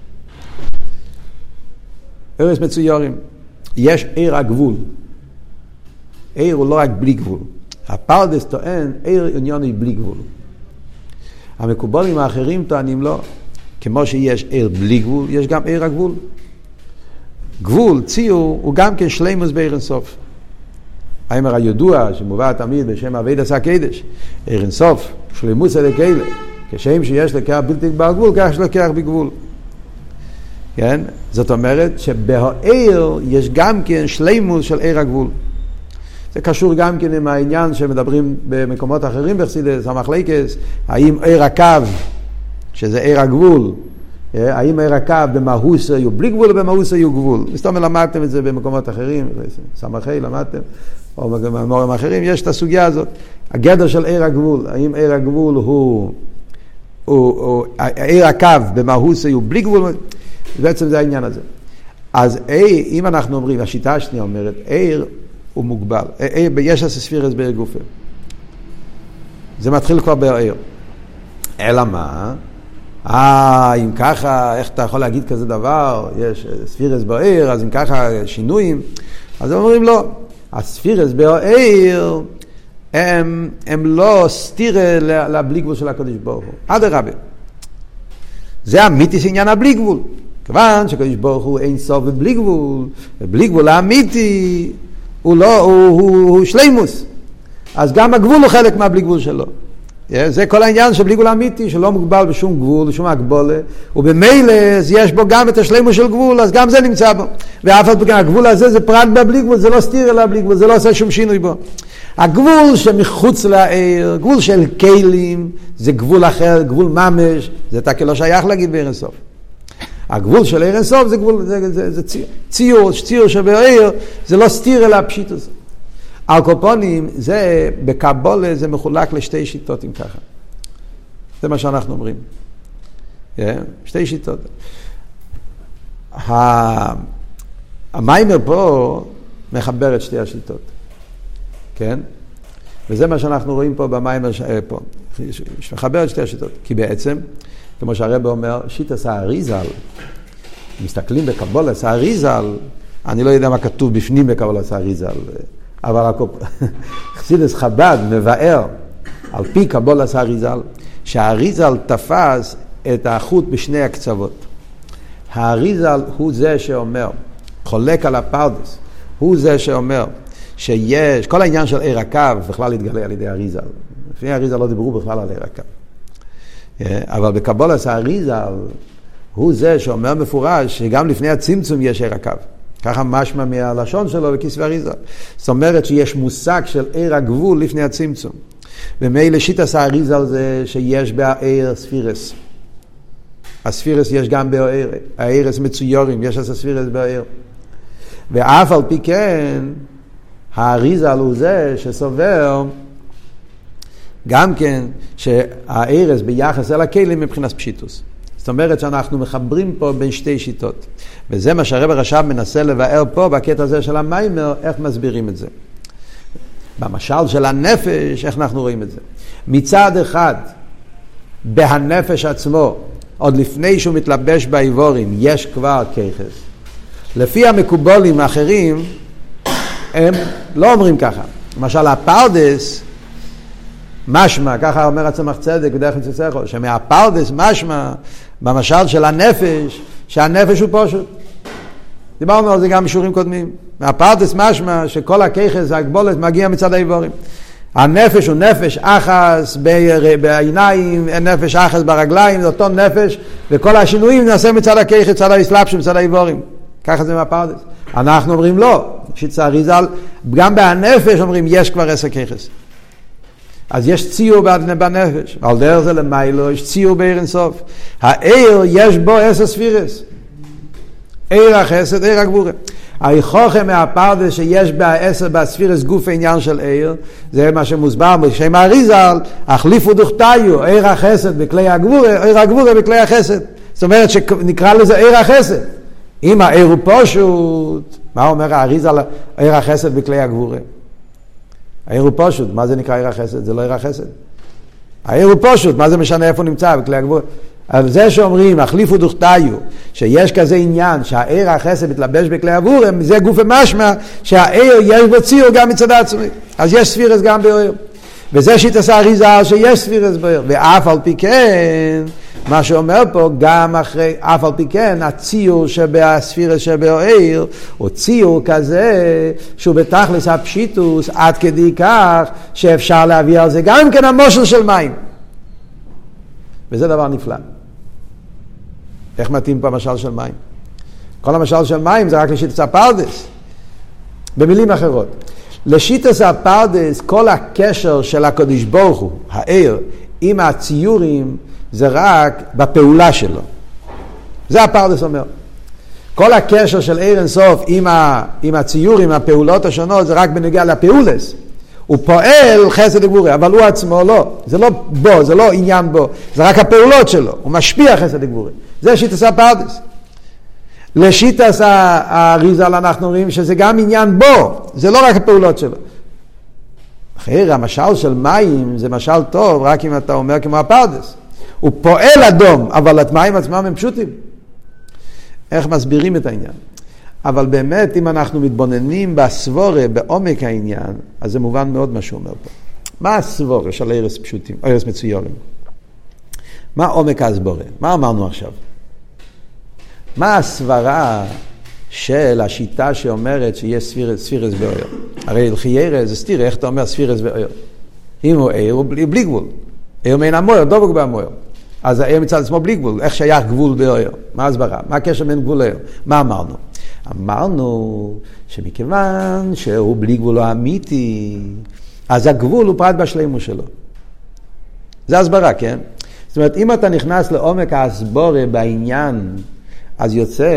עירס מצוירים. יש עיר הגבול. עיר הוא לא רק בלי גבול. הפרדס טוען, עיר עניון היא בלי גבול. המקובלים האחרים טוענים לא. כמו שיש עיר בלי גבול, יש גם עיר הגבול. גבול, ציור, הוא גם כן שלימוס בעיר אינסוף. האמר הידוע שמובא תמיד בשם עבודת הקודש, עיר אינסוף, שלימוס אלוקי, כשם שיש לקח בלתי גבל גבול, כך יש לקח בגבול. כן? זאת אומרת שבעיר יש גם כן שלימוס של עיר הגבול. זה קשור גם כן עם העניין שמדברים במקומות אחרים בחסידות המחלקת, האם עיר הקו, שזה עיר הגבול, האם עיר הקו במהוס יהיו בלי גבול או במהוס יהיו גבול. מסתום למדתם את זה במקומות אחרים, סמכי למדתם, או במורים אחרים, יש את הסוגיה הזאת. הגדר של עיר הגבול, האם עיר הגבול הוא עיר הקו במהוס יהיו בלי גבול, בעצם זה העניין הזה. אז אם אנחנו אומרים, השיטה השנייה אומרת, עיר הוא מוגבל, יש הספירס בעיר גופה. זה מתחיל כבר בעיר. אלא מה? אם ככה, איך אתה יכול להגיד כזה דבר? יש ספירס בעיר, אז אם ככה שינויים. אז הם אומרים לא. הספירס בעיר הם לא סתירה לבלי גבול של הקדוש ברוך הוא. אדרבה. זה אמיתי שעניין הבלי גבול. כיוון שהקדוש ברוך הוא אין סוף ובלי גבול, ובלי גבול האמיתי הוא שלימוס. אז גם הגבול הוא חלק מהבלי גבול שלו. זה כל העניין של בלי גבול אמיתי, שלא מוגבל בשום גבול, בשום הגבולה, ובמילא יש בו גם את השלימוס של גבול, אז גם זה נמצא בו. ואף על פי כן הגבול הזה זה פרט בבלי גבול, זה לא סתיר אלא בלי גבול, זה לא עושה שום שינוי בו. הגבול שמחוץ לעיר, גבול של כלים, זה גבול אחר, גבול ממש, זה תקל לא שייך להגיד בעיר אינסוף. הגבול של עיר אינסוף זה גבול, זה ציור שבעיר, זה לא סתיר אלא פשיטוס. אלקופונים, זה בקבולה זה מחולק לשתי שיטות אם ככה. זה מה שאנחנו אומרים. שתי שיטות. המיימר פה מחבר את שתי השיטות. כן? וזה מה שאנחנו רואים פה במיימר פה. מחבר את שתי השיטות. כי בעצם, כמו שהרב אומר, שיטת האריזל, מסתכלים בקבולה, האריזל, אני לא יודע מה כתוב בפנים בקבולה האריזל, אבל חסידות חב"ד מבאר על פי קבולת האריזל שהאריזל תפס את החוט בשני הקצוות. האריזל הוא זה שאומר, חולק על הפרדס, הוא זה שאומר שיש, כל העניין של עיר הקו בכלל התגלה על ידי האריזל. לפני האריזל לא דיברו בכלל על עיר הקו. אבל בקבולת האריזל הוא זה שאומר מפורש שגם לפני הצמצום יש עיר הקו. ככה משמע מהלשון שלו בכיסוי אריזל. זאת אומרת שיש מושג של עיר הגבול לפני הצמצום. ומילא שיטת האריזל זה שיש בעיר ספירס. הספירס יש גם בעיר. העירס מצוירים, יש הספירס בעיר. ואף על פי כן, האריזל הוא זה שסובר גם כן שהעירס ביחס אל הכלים מבחינת פשיטוס. זאת אומרת שאנחנו מחברים פה בין שתי שיטות. וזה מה שהרב הרש"ב מנסה לבאר פה בקטע הזה של המיימר, איך מסבירים את זה. במשל של הנפש, איך אנחנו רואים את זה? מצד אחד, בהנפש עצמו, עוד לפני שהוא מתלבש באיבורים, יש כבר כיחס. לפי המקובולים האחרים, הם לא אומרים ככה. למשל, הפרדס, משמע, ככה אומר הצמח צדק בדרך מצצחו, שמהפרדס משמע, במשל של הנפש, שהנפש הוא פשוט. דיברנו על זה גם בשיעורים קודמים. מהפרדס משמע שכל הכיחס, ההגבולת, מגיע מצד האיבורים. הנפש הוא נפש אחס בעיניים, נפש אחס ברגליים, זה אותו נפש, וכל השינויים נעשה מצד הכיחס, מצד האסלאפשים, מצד האיבורים. ככה זה מהפרדס. אנחנו אומרים לא, שצריך גם בהנפש אומרים יש כבר 10 כיחס. אז יש ציור בנפש, על דרך זה למיילו, יש ציור בעיר אינסוף. העיר יש בו 10 ספירס. עיר החסד, עיר הגבורה. היכוחם מהפרדס שיש ב10 בספירס גוף העניין של עיר, זה מה שמוסבר בשם האריזל, החליפו דוכתיו, עיר החסד בכלי הגבורה, עיר הגבורה בכלי החסד. זאת אומרת שנקרא לזה עיר החסד. אם העיר הוא פשוט, מה אומר האריזל, עיר החסד בכלי הגבורה? העיר הוא פשוט, מה זה נקרא עיר החסד? זה לא עיר החסד. העיר הוא פשוט, מה זה משנה איפה נמצא בכלי הגבורה? על זה שאומרים, החליפו דוכתיו, שיש כזה עניין שהעיר החסד מתלבש בכלי הגבורה, זה גוף המשמע שהעיר יש בו ציור גם מצד עצמי. אז יש ספירס גם בעיר. וזה שיטת האריזל שיש ספירס בעיר. ואף על פי כן, מה שאומר פה, גם אחרי, אף על פי כן, הציור שבספירס שבעיר, הוא ציור כזה, שהוא בתכלס הפשיטוס, עד כדי כך, שאפשר להביא על זה גם כן המושל של מים. וזה דבר נפלא. איך מתאים פה המשל של מים? כל המשל של מים זה רק לשיטת הפרדס. במילים אחרות. לשיטת הפרדס, כל הקשר של הקדוש ברוך הוא, העיר, עם הציורים, זה רק בפעולה שלו. זה הפרדס אומר. כל הקשר של עיר אינסוף עם הציורים, הפעולות השונות, זה רק בנוגע לפעולס. הוא פועל חסד וגבורה, אבל הוא עצמו לא. זה לא בו, זה לא עניין בו. זה רק הפעולות שלו. הוא משפיע חסד וגבורה. זה שיטת הפרדס. לשיטת האריזל אנחנו רואים שזה גם עניין בו. זה לא רק הפעולות שלו. אחרי המשל של מים זה משל טוב, רק אם אתה אומר כמו הפרדס. הוא פועל אדום, אבל המים עצמם הם פשוטים. איך מסבירים את העניין? אבל באמת, אם אנחנו מתבוננים בסבורה, בעומק העניין, אז זה מובן מאוד מה שהוא אומר פה. מה הסבורה של ערס פשוטים, ערס מצוירים? מה עומק הסבורה? מה אמרנו עכשיו? מה הסברה של השיטה שאומרת שיש ספירס בעיר? הרי חיירה זה סתיר, איך אתה אומר ספירס בעיר? אם הוא עיר, הוא בלי גבול. עיר מן המויר, דבוק במויר. אז העיר מצד עצמו בלי גבול. איך שייך גבול בעיר? מה הסברה? מה הקשר בין גבול לעיר? מה אמרנו? אמרנו שמכיוון שהוא בלי גבול האמיתי, אז הגבול הוא פרט בשלימות שלו. זה הסברה, כן? זאת אומרת, אם אתה נכנס לעומק ההסבורה בעניין, אז יוצא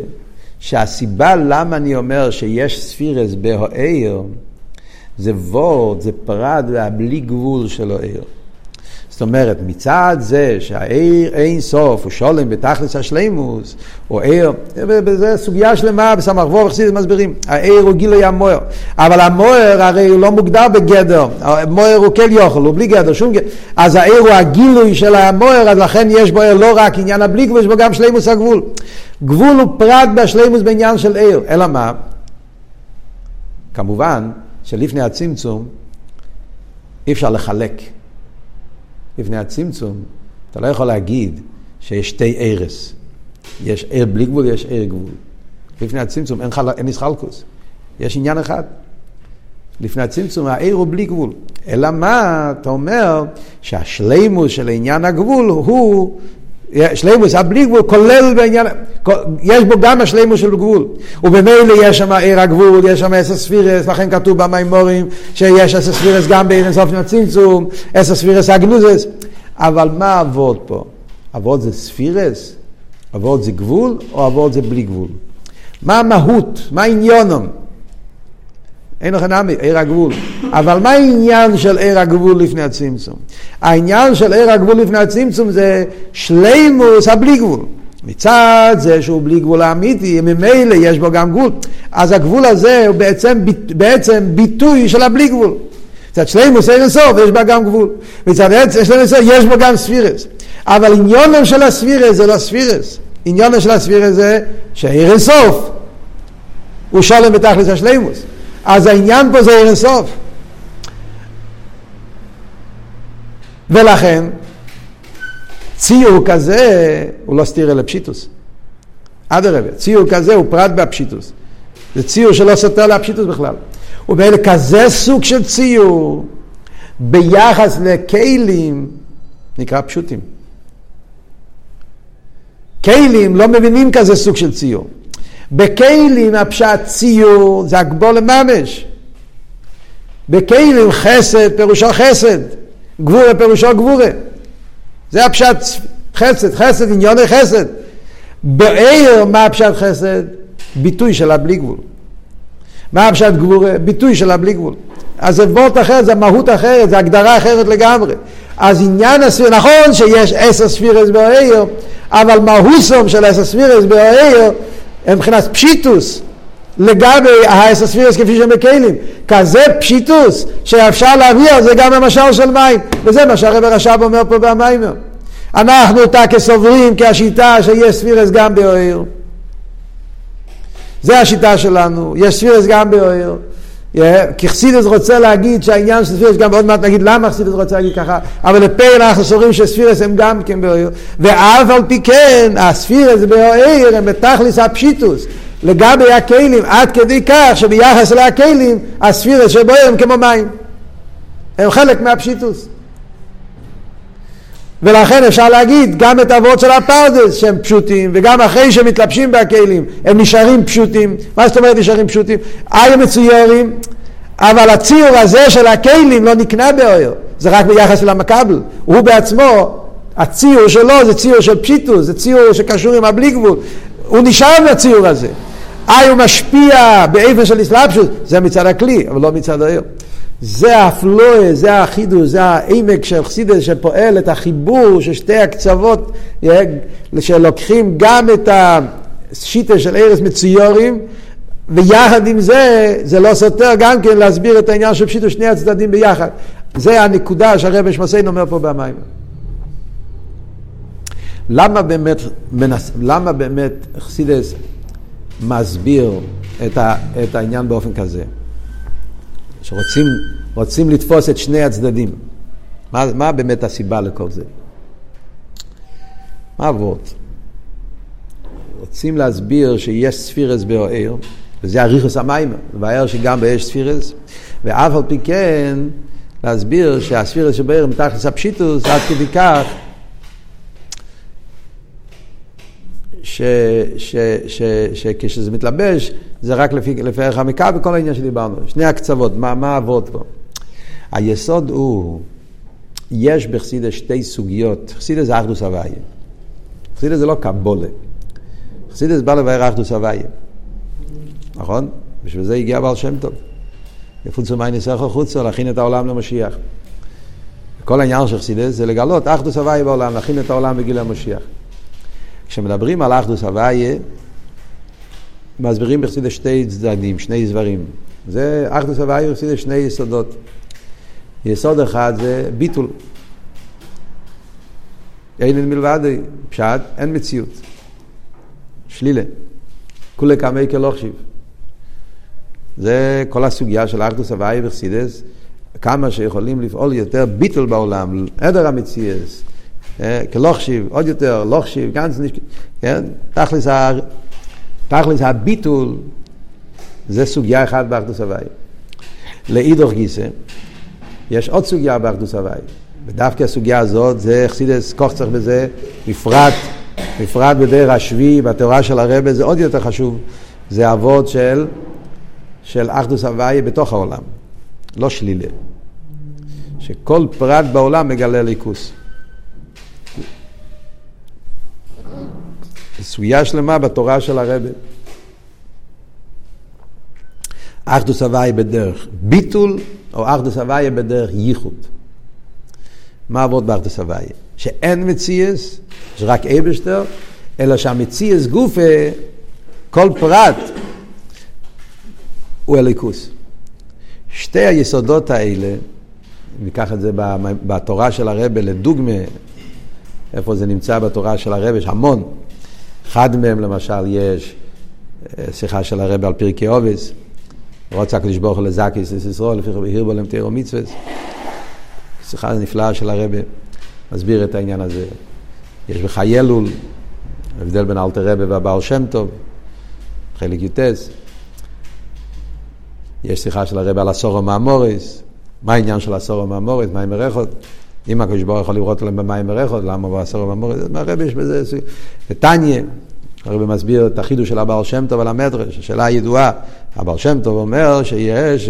שהסיבה למה אני אומר שיש ספירס בהעיר, זה וורד, זה פרט והבלי גבול של העיר. זאת אומרת, מצד זה שהעיר אין סוף, הוא שולם בתכלס השלימוס, או עיר, וזה סוגיה שלמה, בסמך ווב, חסיד מסבירים, העיר הוא גילוי המויר, אבל המויר הרי הוא לא מוגדר בגדר, המויר הוא כל יוכל, הוא בלי גדר, שום גדר, אז העיר הוא הגילוי של המויר, אז לכן יש בו לא רק עניין הבלי גבול, יש בו גם שלימוס הגבול. גבול הוא פרט בשלימוס בעניין של עיר, אלא מה? כמובן, שלפני הצמצום, אי אפשר לחלק. לפני הצמצום, אתה לא יכול להגיד שיש שתי ערס. יש עיר בלי גבול, יש עיר גבול. לפני הצמצום אין ישחלקוס. יש עניין אחד. לפני הצמצום העיר הוא בלי גבול. אלא מה? אתה אומר שהשלימוס של עניין הגבול הוא, שלימוס הבלי גבול כולל בעניין, יש בו גם השלימוס של גבול. ובמילא יש שם עיר הגבול, יש שם 10 ספירס, לכן כתוב במיימורים שיש 10 ספירס גם בעיר אינסוף הצמצום, 10 ספירס הגנוזס. אבל מה עבוד פה? עבוד זה ספירס? עבוד זה גבול או עבוד זה בלי גבול? מה המהות? מה העניונם? אין לך נמי, עיר הגבול. אבל מה העניין של עיר הגבול לפני הצמצום? העניין של עיר הגבול לפני הצמצום זה שלימוס הבלי גבול. מצד זה שהוא בלי גבול האמיתי, ממילא יש בו גם גבול. אז הגבול הזה הוא בעצם ביטוי של הבלי גבול. מצד שלמוס אין סוף יש בה גם גבול, מצד יש אין סוף יש בו גם ספירס, אבל עניונם של הספירס זה לא ספירס, עניונם של הספירס זה שאין סוף הוא שולם בתכלס השלמוס, אז העניין פה זה אין סוף, ולכן ציור כזה הוא לא סתיר אלא פשיטוס, אדרבה, ציור כזה הוא פרט בהפשיטוס, זה ציור שלא סותר להפשיטוס בכלל, ובאלה כזה סוג של ציור ביחס לכלים נקרא פשוטים. כלים לא מבינים כזה סוג של ציור, בכלים הפשט ציור זה הגבול לממש, בכלים חסד פירושו חסד, גבורה פירושו גבורה, זה הפשט חסד, חסד עניוני חסד. בעיר מה הפשט חסד? ביטוי שלה בלי גבול. מה הפשט גבורה? ביטוי שלה בלי גבול. אז זה וורט אחרת, זה מהות אחרת, זה הגדרה אחרת לגמרי. אז עניין הספיר, נכון שיש 10 ספירס בעיר, אבל מהוסום של 10 ספירס בעיר הם מבחינת פשיטוס לגבי ה10 ספירס כפי שהם בכלים, כזה פשיטוס שאפשר להביא זה גם המשל של מים, וזה מה שהרב הרש"ב אומר פה במיימר. אנחנו אותה כסוברים כהשיטה שיש ספירס גם בעיר, זה השיטה שלנו, יש ספירס גם בעיר, כי חסידס רוצה להגיד שהעניין של ספירס גם, עוד מעט נגיד למה חסידס רוצה להגיד ככה, אבל לפעמים אנחנו סוברים שספירס הם גם כן בעיר, ואף על פי כן הספירס בעיר הם בתכלס הפשיטוס לגבי הכלים, עד כדי כך שביחס לכלים הספירס שבעיר הם כמו מים, הם חלק מהפשיטוס, ולכן אפשר להגיד גם את אבות של הפרדס שהם פשוטים, וגם אחרי שמתלבשים בכלים הם נשארים פשוטים. מה זאת אומרת נשארים פשוטים? היו מצוירים, אבל הציור הזה של הכלים לא נקנה באויר, זה רק ביחס למקבל, הוא בעצמו הציור שלו זה ציור של פשיטוס, זה ציור שקשור עם הבלי גבול, הוא נשאר בציור הזה. הוא משפיע באיפן של הסלבשות, זה מצד הכלי אבל לא מצד האיר. זה האפלואה, זה החידוש, זה העמק של חסידס שפועל את החיבור של שתי הקצוות, שלוקחים גם את השיטה של ארץ מצוירים, ויחד עם זה, זה לא סותר גם כן להסביר את העניין של פשיטוס שני הצדדים ביחד. זה הנקודה שהרב שמסיין אומר פה במים. למה באמת חסידס מסביר את העניין באופן כזה? שרוצים לתפוס את שני הצדדים. מה באמת הסיבה לכל זה? מה עבוד? רוצים להסביר שיש ספירס בעיר, וזה הריחוס המים, והעיר שגם יש ספירס, ואף על פי כן להסביר שהספירס שבעיר מתחת הפשיטוס, עד כדי כך שכשזה מתלבש זה רק לפי ערך המקה וכל העניין שדיברנו, שני הקצוות. מה עבוד פה? היסוד הוא, יש בחסידס שתי סוגיות. חסידס זה אחדוס הוויה, חסידס זה לא קבולה, חסידס בא לבאר אחדוס הוויה, נכון? בשביל זה הגיע בעל שם טוב, יפוצו מי ניסחו חוצו, להכין את העולם למשיח. כל העניין של חסידס זה לגלות אחדוס הוויה בעולם, להכין את העולם בגיל המשיח. כשמדברים על אחדוס הוויה, מסבירים בחסידס שתי צדדים, שני דברים. זה אחדוס הוויה בחסידס שני יסודות. יסוד אחד זה ביטול. אין מלבד פשט, אין מציאות. שלילה. כולי קמי כלוכשיב. זה כל הסוגיה של אחדוס הוויה בחסידס, כמה שיכולים לפעול יותר ביטול בעולם, עדר המציאות. כלוכשיב, עוד יותר, לוכשיב, גנץ נשק, כן? תכלס הביטול, זה סוגיה אחת באחדוס הוויה. לאידוך גיסא, יש עוד סוגיה באחדוס הוויה. ודווקא הסוגיה הזאת, זה חסידס קוחצח בזה, בפרט בדרך השביעי, בתורה של הרב, זה עוד יותר חשוב. זה עבוד של אחדוס הוויה בתוך העולם, לא שלילה. שכל פרט בעולם מגלה ליכוס. סוגיה שלמה בתורה של הרבי. אחדוס הוויה בדרך ביטול, או אחדוס הוויה בדרך ייחוד. מה עבוד באחדוס הוויה? שאין מציאס, שרק אבשטר, אלא שהמציאס גופה, כל פרט, הוא אליקוס. שתי היסודות האלה, ניקח את זה בתורה של הרב לדוגמה, איפה זה נמצא בתורה של הרב, יש המון. אחד מהם למשל יש שיחה של הרב על פרקי אובס, רוצה הקדוש ברוך הוא לזכיס ישראל, לפי בהיר בו להם תירו מצוות. שיחה נפלאה של הרב, מסביר את העניין הזה. יש בחיי אלול, הבדל בין אלתר רבי והבעל שם טוב, חלק יוטס. יש שיחה של הרב על הסורו מהמורס, מה העניין של הסורו מהמורס, מים מרחות. אם הקדוש ברוך הוא יכול לראות עליהם במים מרחות, למה בסורו מהמורס? הרב יש בזה, בטניה, הרב מסביר את החידוש של הבעל שם טוב על המדרש, השאלה הידועה. הבעל שם טוב אומר שיש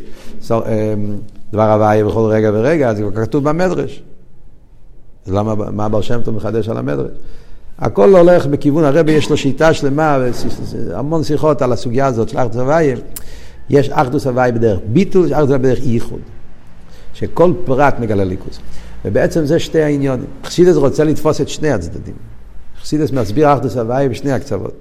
דבר הוויה בכל רגע ורגע, זה כבר כתוב במדרש. אז למה, מה הבעל שם טוב מחדש על המדרש? הכל הולך בכיוון, הרב יש לו שיטה שלמה, המון שיחות על הסוגיה הזאת של אחדוס הוויה. יש אחדוס הוויה בדרך ביטול, יש אחדוס הוויה בדרך ייחוד. שכל פרט מגלה ליכוז. ובעצם זה שתי העניונים. חסידס רוצה לתפוס את שני הצדדים. חסידס מסביר אחדוס הוויה בשני הקצוות.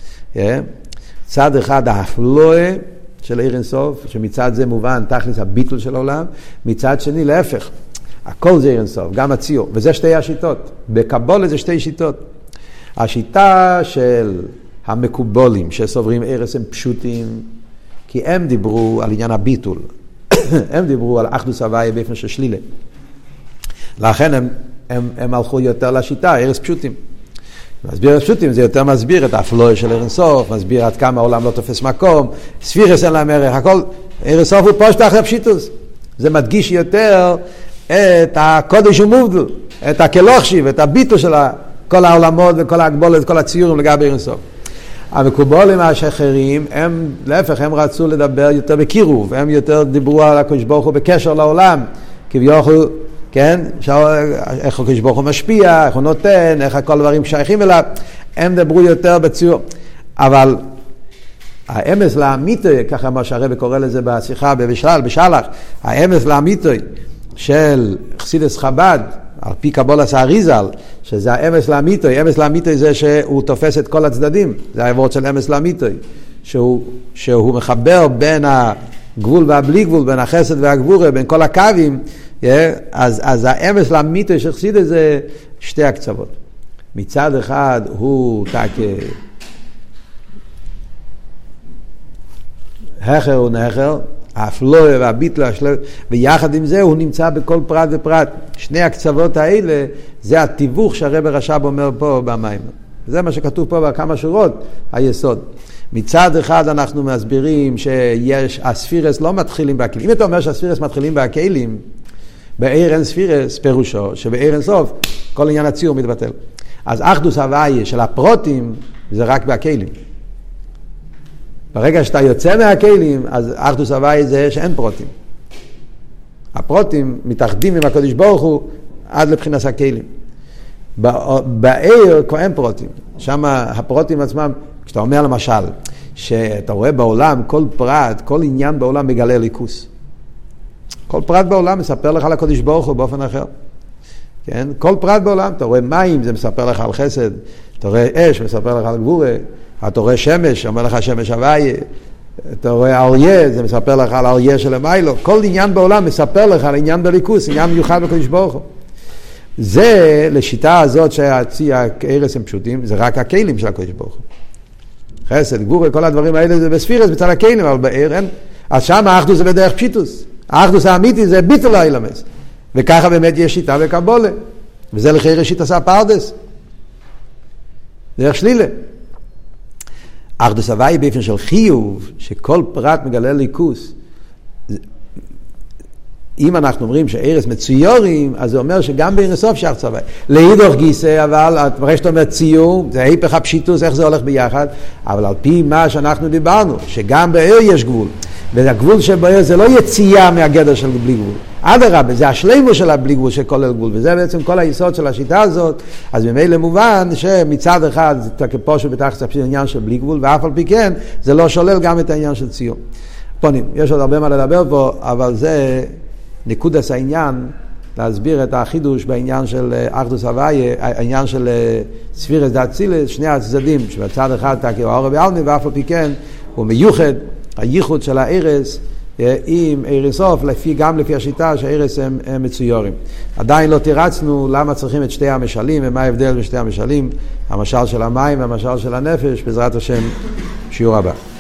צד אחד האפלואה של עיר אין סוף, שמצד זה מובן תכלס הביטול של העולם, מצד שני להפך. הכל זה עיר אין סוף, גם הציור. וזה שתי השיטות. בקבולה זה שתי שיטות. השיטה של המקובולים שסוברים ערס הם פשוטים, כי הם דיברו על עניין הביטול. הם דיברו על אחדוס הוויה באופן של שלילה. לכן הם הלכו יותר לשיטה, ערס פשוטים. מסביר ערס פשוטים, זה יותר מסביר את האפלואה של עיר אין סוף, מסביר עד כמה העולם לא תופס מקום, ספירס אין להם ערך, הכל, עיר אין סוף הוא פושט אחרי פשיטוס. זה מדגיש יותר את הקודש ומובדל, את הכלוכשיב, את הביטול של כל העולמות וכל ההגבולת, כל הציורים לגבי עיר אין סוף. המקובולים האחרים, הם, להפך, הם רצו לדבר יותר בקירוב, הם יותר דיברו על הקדוש ברוך הוא בקשר לעולם, כביכול, כן, איך הקדוש ברוך הוא משפיע, איך הוא נותן, איך כל הדברים שייכים אליו, הם דיברו יותר בציור. אבל האמס לאמיתוי, ככה מה שהרב קורא לזה בשיחה בשלח, האמס לאמיתוי של חסידס חב"ד, על פי קבולת האריזל, שזה האמס לאמיתוי. אמס לאמיתוי זה שהוא תופס את כל הצדדים. זה העבוד של אמס לאמיתוי. שהוא מחבר בין הגבול והבלי גבול, בין החסד והגבורה, בין כל הקווים. אז האמס לאמיתוי שחסיד את זה שתי הקצוות. מצד אחד הוא הכר ונחר, האפלואה והביטול, ויחד עם זה הוא נמצא בכל פרט ופרט. שני הקצוות האלה, זה התיווך שהרב רש"ב אומר פה במים. זה מה שכתוב פה בכמה שורות, היסוד. מצד אחד אנחנו מסבירים שיש, הספירס לא מתחילים בהכלים. אם אתה אומר שהספירס מתחילים בהכלים, בעיר אין ספירס, פירושו, שבעיר אין סוף, כל עניין הציור מתבטל. אז אחדוס הוויה של הפרוטים, זה רק בהכלים. ברגע שאתה יוצא מהכלים, אז אחדוס הוויה זה שאין פרוטים. הפרוטים מתאחדים עם הקדוש ברוך הוא עד לבחינת הכלים. בעיר כבר אין פרוטים. שם הפרוטים עצמם, כשאתה אומר למשל, שאתה רואה בעולם כל פרט, כל עניין בעולם מגלה ליכוס. כל פרט בעולם מספר לך על הקדוש ברוך הוא באופן אחר. כן? כל פרט בעולם, אתה רואה מים, זה מספר לך על חסד, אתה רואה אש, מספר לך על גבורה, אתה רואה שמש, אומר לך שמש הוויה, אתה רואה אריה, זה מספר לך על אריה של המיילו. כל עניין בעולם מספר לך על עניין בליכוס, עניין מיוחד בקדוש ברוך הוא. זה, לשיטה הזאת שהערס הם פשוטים, זה רק הכלים של הקדוש ברוך הוא. חסד, גבורה, כל הדברים האלה זה בספירס, בצד הכלים, אבל בעיר אין. אז שם האחדוס זה בדרך פשיטוס. האחדוס האמיתי זה ביטול האילמס. וככה באמת יש שיטה בקבולה. וזה לכי ראשית עשה פרדס. דרך שלילה. אחדוס הוויה באופן של חיוב, שכל פרט מגלה ליכוס. אם אנחנו אומרים שערס מצויורים, אז זה אומר שגם בעיר סוף שאחדוס הוויה. להידוך גיסא, אבל ברגע שאתה אומר ציור, זה היפך הפשיטוס, איך זה הולך ביחד. אבל על פי מה שאנחנו דיברנו, שגם בעיר יש גבול. והגבול שבעיר זה לא יציאה מהגדר של בלי גבול. אדרבה, זה השלימו של הבלי גבול שכולל גבול, וזה בעצם כל היסוד של השיטה הזאת. אז ממילא מובן שמצד אחד זה כפושט בתחת העניין של בלי גבול, ואף על פי כן זה לא שולל גם את העניין של ציור. פונים, יש עוד הרבה מה לדבר פה, אבל זה נקודס העניין להסביר את החידוש בעניין של אחדוס הוויה, העניין של ספירס דאצילס, שני הצדדים, שבצד אחד תקי האור בעלמי, ואף על פי כן הוא מיוחד, הייחוד של הערס עם עיר אינסוף, גם לפי השיטה שהעירס הם מצויורים. עדיין לא תירצנו למה צריכים את שתי המשלים ומה ההבדל בשתי המשלים, המשל של המים והמשל של הנפש, בעזרת השם שיעור הבא.